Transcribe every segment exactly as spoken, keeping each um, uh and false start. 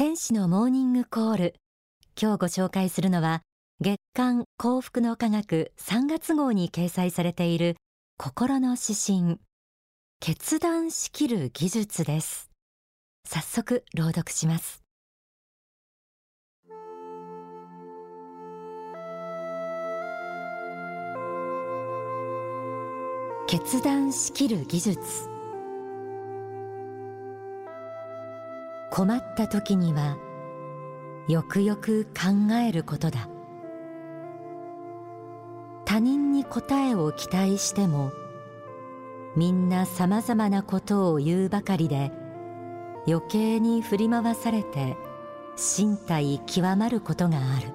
天使のモーニングコール。今日ご紹介するのは月刊幸福の科学さんがつ号に掲載されている心の指針、決断しきる技術です。早速朗読します。決断しきる技術。困った時にはよくよく考えることだ。他人に答えを期待してもみんなさまざまなことを言うばかりで余計に振り回されて進退極まることがある。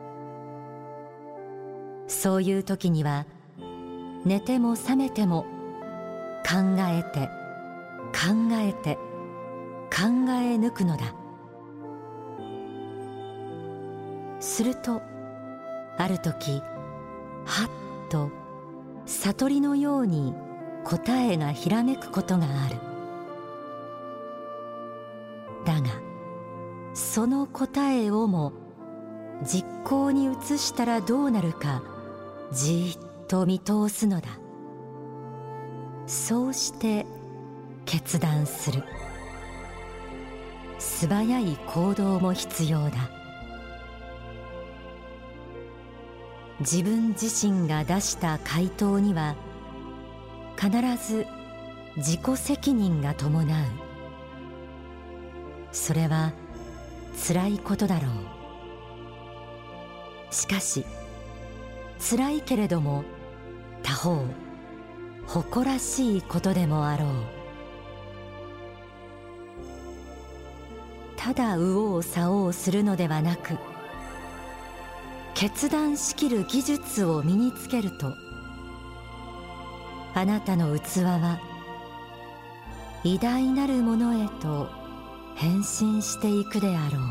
そういう時には寝ても覚めても考えて考えて考え抜くのだ。するとある時はっと悟りのように答えがひらめくことがある。だがその答えをも実行に移したらどうなるかじーっと見通すのだ。そうして決断する。素早い行動も必要だ。自分自身が出した回答には必ず自己責任が伴う。それは辛いことだろう。しかし辛いけれども他方誇らしいことでもあろう。ただ右往左往するのではなく決断しきる技術を身につけるとあなたの器は偉大なるものへと変身していくであろう。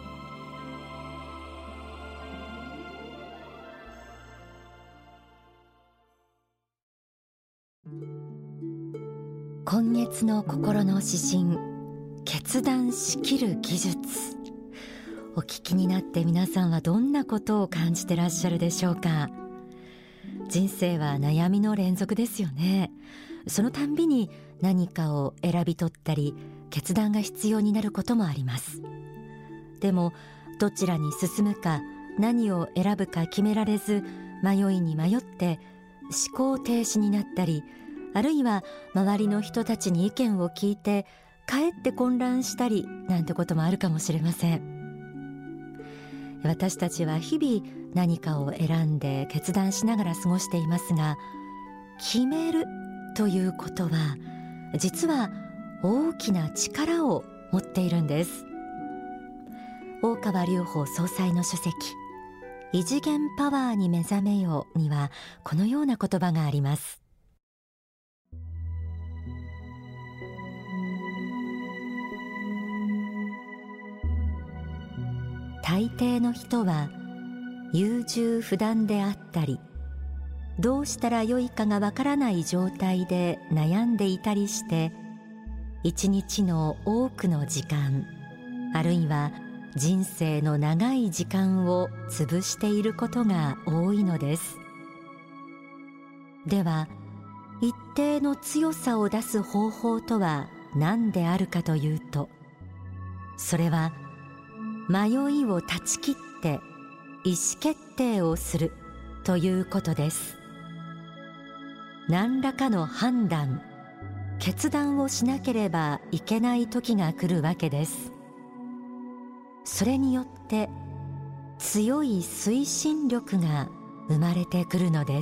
今月の心の指針、決断しきる技術。お聞きになって皆さんはどんなことを感じてらっしゃるでしょうか。人生は悩みの連続ですよね。そのたんびに何かを選び取ったり決断が必要になることもあります。でもどちらに進むか何を選ぶか決められず迷いに迷って思考停止になったり、あるいは周りの人たちに意見を聞いてかえって混乱したりなんてこともあるかもしれません。私たちは日々何かを選んで決断しながら過ごしていますが、決めるということは実は大きな力を持っているんです。大川隆法総裁の書籍異次元パワーに目覚めよにはこのような言葉があります。大抵の人は優柔不断であったり、どうしたらよいかがわからない状態で悩んでいたりして、一日の多くの時間、あるいは人生の長い時間を潰していることが多いのです。では、一定の強さを出す方法とは何であるかというと、それは迷いを断ち切って意思決定をするということです。何らかの判断、決断をしなければいけない時が来るわけです。それによって強い推進力が生まれてくるのです。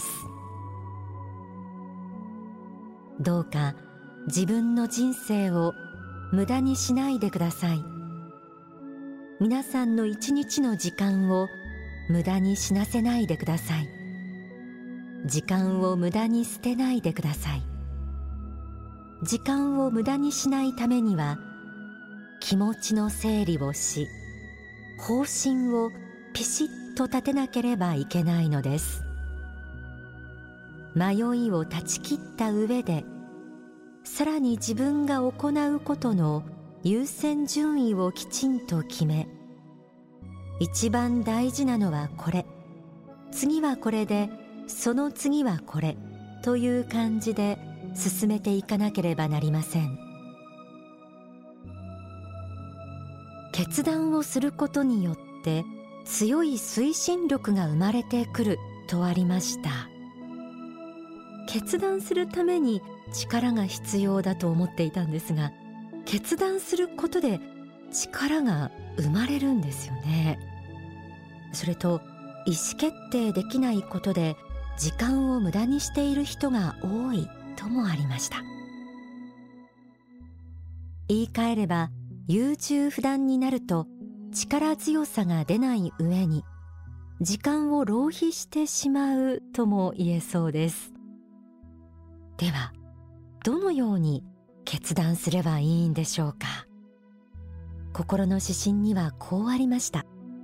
どうか自分の人生を無駄にしないでください。皆さんの一日の時間を無駄に死なせないでください。時間を無駄に捨てないでください。時間を無駄にしないためには気持ちの整理をし、方針をピシッと立てなければいけないのです。迷いを断ち切った上で、さらに自分が行うことの優先順位をきちんと決め、一番大事なのはこれ、次はこれで、その次はこれという感じで進めていかなければなりません。決断をすることによって強い推進力が生まれてくるとありました。決断するために力が必要だと思っていたんですが、決断することで力が生まれるんですよね。それと意思決定できないことで時間を無駄にしている人が多いともありました。言い換えれば、優柔不断になると力強さが出ない上に時間を浪費してしまうとも言えそうです。では、どのように決断すればいいんでしょうか。心の指針にはこうありました。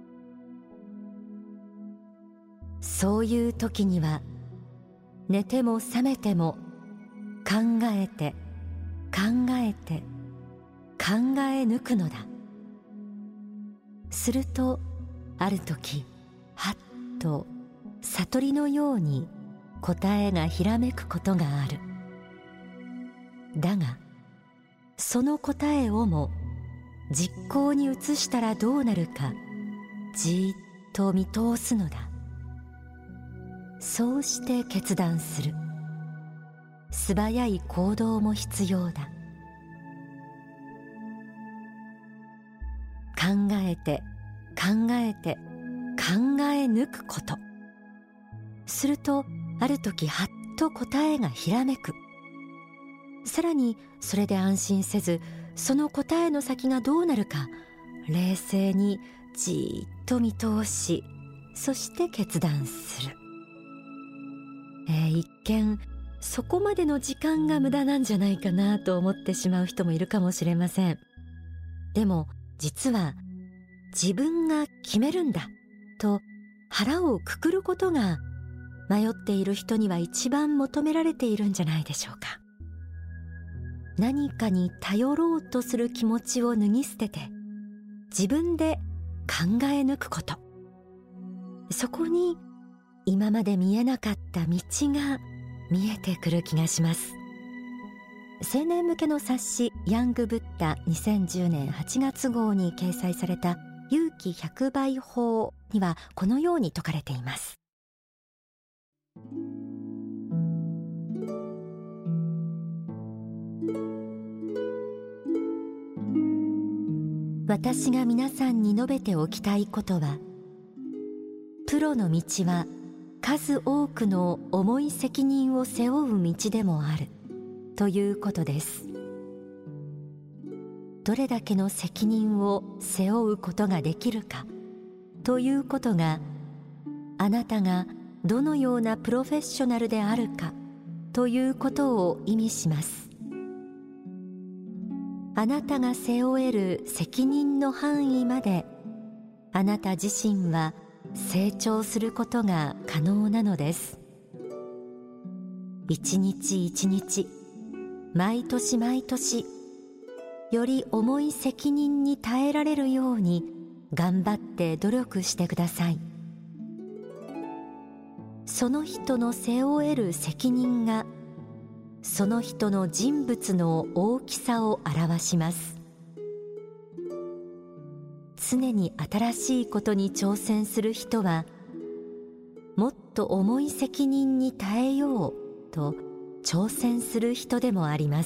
そういう時には寝ても覚めても考えて考えて考え抜くのだ。するとある時、はっと悟りのように答えがひらめくことがある。だがその答えをも実行に移したらどうなるかじっと見通すのだ。そうして決断する。素早い行動も必要だ。考えて考えて考え抜くこと。するとある時はっと答えがひらめく。さらにそれで安心せず、その答えの先がどうなるか冷静にじっと見通し、そして決断する。えー、一見そこまでの時間が無駄なんじゃないかなと思ってしまう人もいるかもしれません。でも実は自分が決めるんだと腹をくくることが迷っている人には一番求められているんじゃないでしょうか。何かに頼ろうとする気持ちを脱ぎ捨てて自分で考え抜くこと。そこに今まで見えなかった道が見えてくる気がします。青年向けの冊子ヤングブッダにせんじゅうねんはちがつ号に掲載された勇気ひゃくばい法にはこのように説かれています。私が皆さんに述べておきたいことは、プロの道は数多くの重い責任を背負う道でもあるということです。どれだけの責任を背負うことができるかということが、あなたがどのようなプロフェッショナルであるかということを意味します。あなたが背負える責任の範囲まであなた自身は成長することが可能なのです。一日一日、毎年毎年、より重い責任に耐えられるように頑張って努力してください。その人の背負える責任がその人の人物の大きさを表します。常に新しいことに挑戦する人は、もっと重い責任に耐えようと挑戦する人でもあります。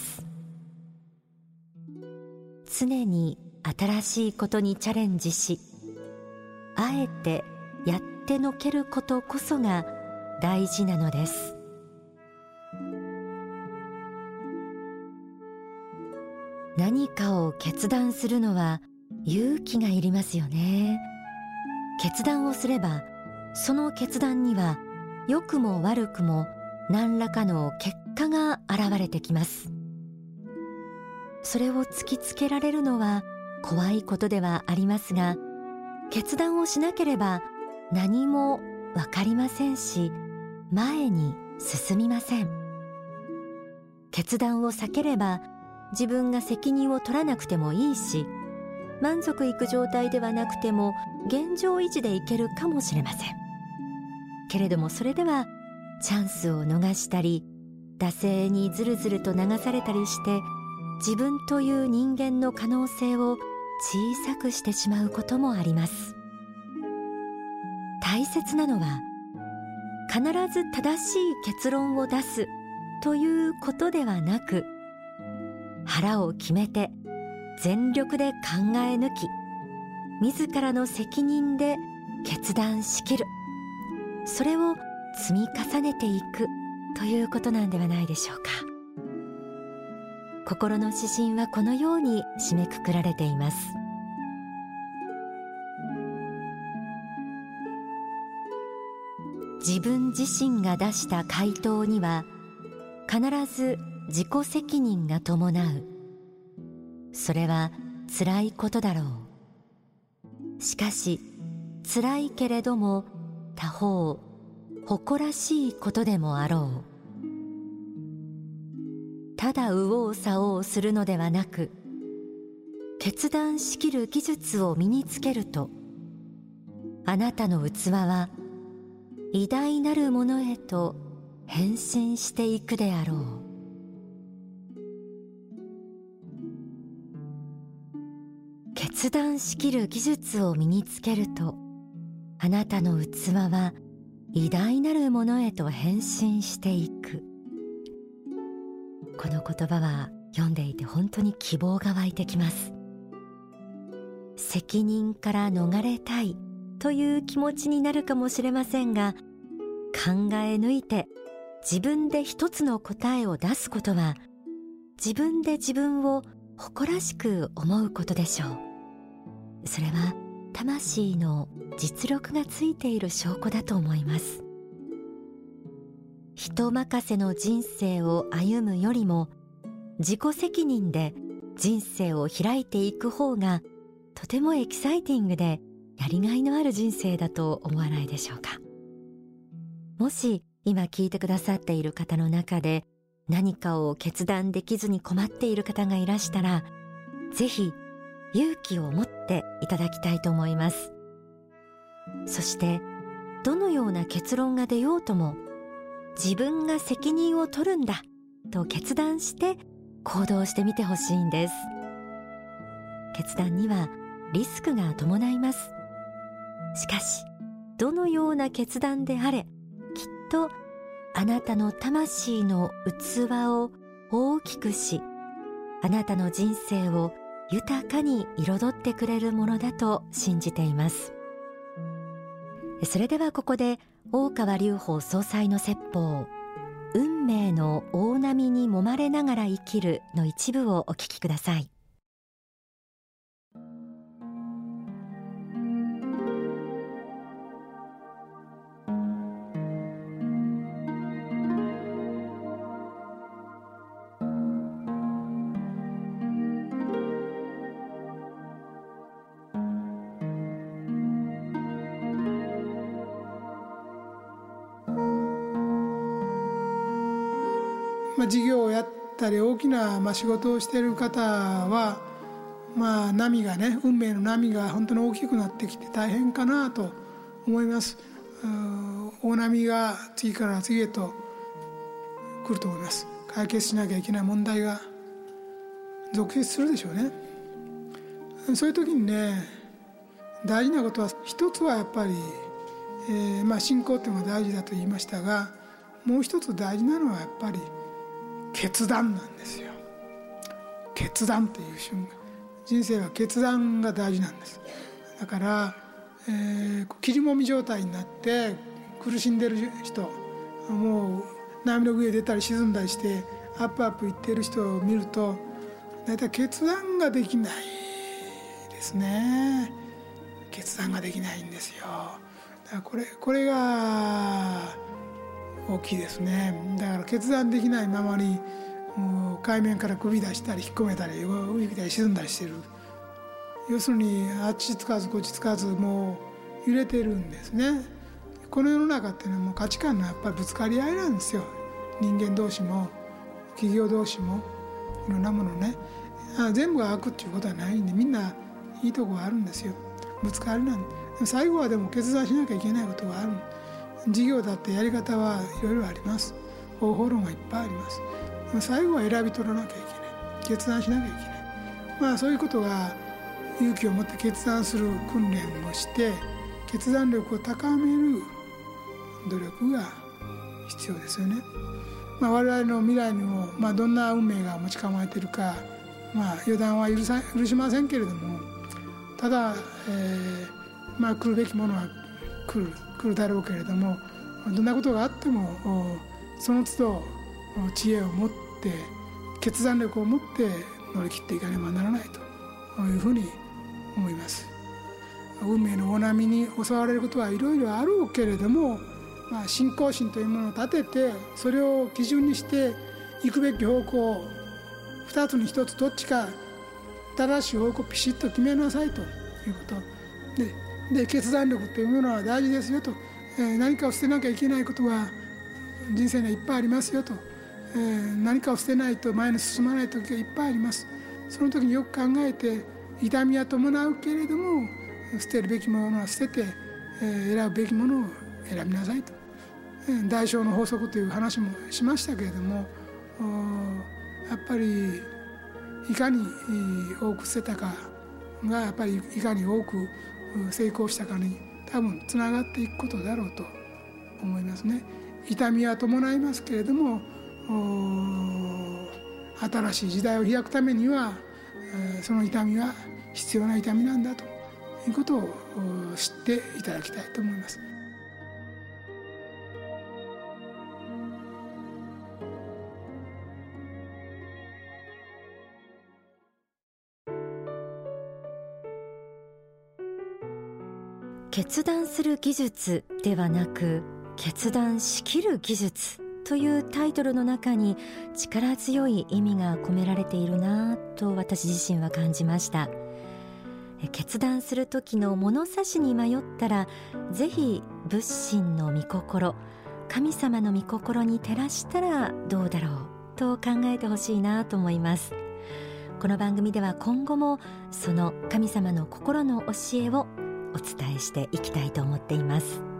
常に新しいことにチャレンジし、あえてやってのけることこそが大事なのです。何かを決断するのは勇気がいりますよね。決断をすれば、その決断には良くも悪くも何らかの結果が現れてきます。それを突きつけられるのは怖いことではありますが、決断をしなければ何もわかりませんし、前に進みません。決断を避ければ自分が責任を取らなくてもいいし、満足いく状態ではなくても現状維持でいけるかもしれません。けれどもそれではチャンスを逃したり、惰性にずるずると流されたりして、自分という人間の可能性を小さくしてしまうこともあります。大切なのは、必ず正しい結論を出すということではなく、腹を決めて全力で考え抜き、自らの責任で決断しきる、それを積み重ねていくということなんではないでしょうか。心の指針はこのように締めくくられています。自分自身が出した回答には必ず自己責任が伴う。それは辛いことだろう。しかし辛いけれども他方誇らしいことでもあろう。ただ右往左往するのではなく、決断しきる技術を身につけると、あなたの器は偉大なるものへと変身していくであろう。決断しきる技術を身につけると、あなたの器は偉大なるものへと変身していく。この言葉は読んでいて本当に希望が湧いてきます。責任から逃れたいという気持ちになるかもしれませんが、考え抜いて自分で一つの答えを出すことは、自分で自分を誇らしく思うことでしょう。それは魂の実力がついている証拠だと思います。人任せの人生を歩むよりも、自己責任で人生を開いていく方がとてもエキサイティングでやりがいのある人生だと思わないでしょうか。もし今聞いてくださっている方の中で何かを決断できずに困っている方がいらしたら、ぜひ勇気を持っていただきたいと思います。そしてどのような結論が出ようとも、自分が責任を取るんだと決断して行動してみてほしいんです。決断にはリスクが伴います。しかしどのような決断であれ、きっとあなたの魂の器を大きくし、あなたの人生を豊かに彩ってくれるものだと信じています。それではここで大川隆法総裁の説法、運命の大波に揉まれながら生きるの一部をお聞きください。 まあ、事業をやったり大きなまあ仕事をしている方は、まあ、波がね運命の波が本当に大きくなってきて大変かなと思います。大波が次から次へと来ると思います。解決しなきゃいけない問題が続出するでしょうね。そういう時にね、大事なことは一つはやっぱり、えー、まあ信仰っていうのが大事だと言いましたが、もう一つ大事なのはやっぱり決断なんですよ。決断っていう瞬間、人生は決断が大事なんです。だから、えー、切りもみ状態になって苦しんでる人、もう波の上出たり沈んだりしてアップアップいってる人を見ると、大体決断ができないですね。決断ができないんですよ。だからこれこれが大きいですね。だから決断できないままにもう海面から首出したり引っ込めたり浮いたり沈んだりしてる。要するにあっちつかずこっちつかずもう揺れてるんですね。この世の中っていうのはもう価値観のやっぱりぶつかり合いなんですよ。人間同士も企業同士もいろんなものね、全部が悪っていうことはないんで、みんないいとこがあるんですよ。ぶつかりなんで、最後はでも決断しなきゃいけないことがある。事業だってやり方はいろいろあります。方法論がいっぱいあります。でも最後は選び取らなきゃいけない、決断しなきゃいけない。まあそういうことが勇気を持って決断する訓練をして、決断力を高める努力が必要ですよね。まあ、我々の未来にも、まあ、どんな運命が持ち構えているか、まあ、予断は許さ、許しませんけれども、ただ、えーまあ、来るべきものは来る、来るだろうけれども、どんなことがあってもその都度知恵を持って決断力を持って乗り切っていかねばならないというふうに思います。運命の大波に襲われることはいろいろあろうけれども、まあ、信仰心というものを立てて、それを基準にして行くべき方向を二つに一つどっちか正しい方向をピシッと決めなさいということで、で決断力というものは大事ですよと、えー、何かを捨てなきゃいけないことが人生にはいっぱいありますよと、えー、何かを捨てないと前に進まない時がいっぱいあります。その時によく考えて、痛みは伴うけれども捨てるべきものは捨てて、えー、選ぶべきものを選びなさいと、えー、代償の法則という話もしましたけれども、やっぱりいかに多く捨てたかがやっぱりいかに多く成功したかに多分つながっていくことだろうと思いますね。痛みは伴いますけれども、新しい時代を開くためにはその痛みは必要な痛みなんだということを知っていただきたいと思います。 決断する技術ではなく、決断しきる技術というタイトルの中に力強い意味が込められているなと私自身は感じました。決断する時の物差しに迷ったら、ぜひ仏心の御心、神様の御心に照らしたらどうだろうと考えてほしいなと思います。この番組では今後もその神様の心の教えをお伝えしていきたいと思っています。